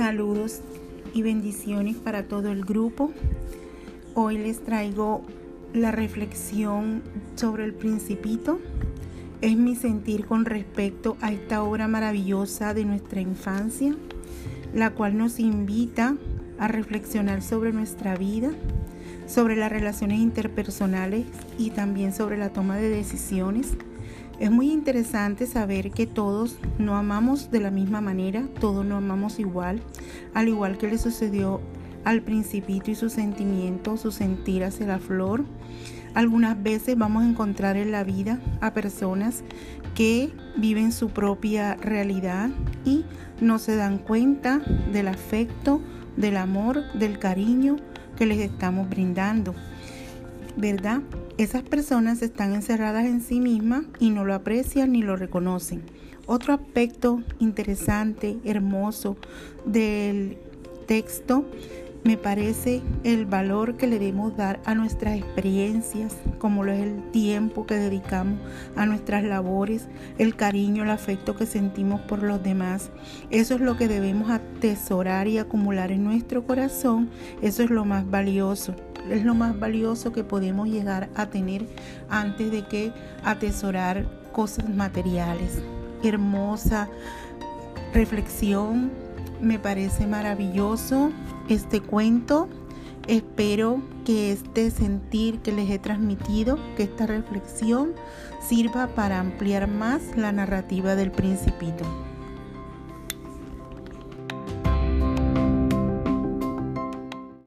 Saludos y bendiciones para todo el grupo. Hoy les traigo la reflexión sobre El Principito. Es mi sentir con respecto a esta obra maravillosa de nuestra infancia, la cual nos invita a reflexionar sobre nuestra vida, sobre las relaciones interpersonales y también sobre la toma de decisiones. Es muy interesante saber que todos no amamos de la misma manera, todos no amamos igual, al igual que le sucedió al Principito y sus sentimientos, su sentir hacia la flor. Algunas veces vamos a encontrar en la vida a personas que viven su propia realidad y no se dan cuenta del afecto, del amor, del cariño que les estamos brindando, ¿verdad? Esas personas están encerradas en sí mismas y no lo aprecian ni lo reconocen. Otro aspecto interesante, hermoso del texto, me parece el valor que le debemos dar a nuestras experiencias, como lo es el tiempo que dedicamos a nuestras labores, el cariño, el afecto que sentimos por los demás. Eso es lo que debemos atesorar y acumular en nuestro corazón. Eso es lo más valioso. Es lo más valioso que podemos llegar a tener antes de que atesorar cosas materiales. Hermosa reflexión, me parece maravilloso este cuento. Espero que este sentir que les he transmitido, que esta reflexión sirva para ampliar más la narrativa del Principito.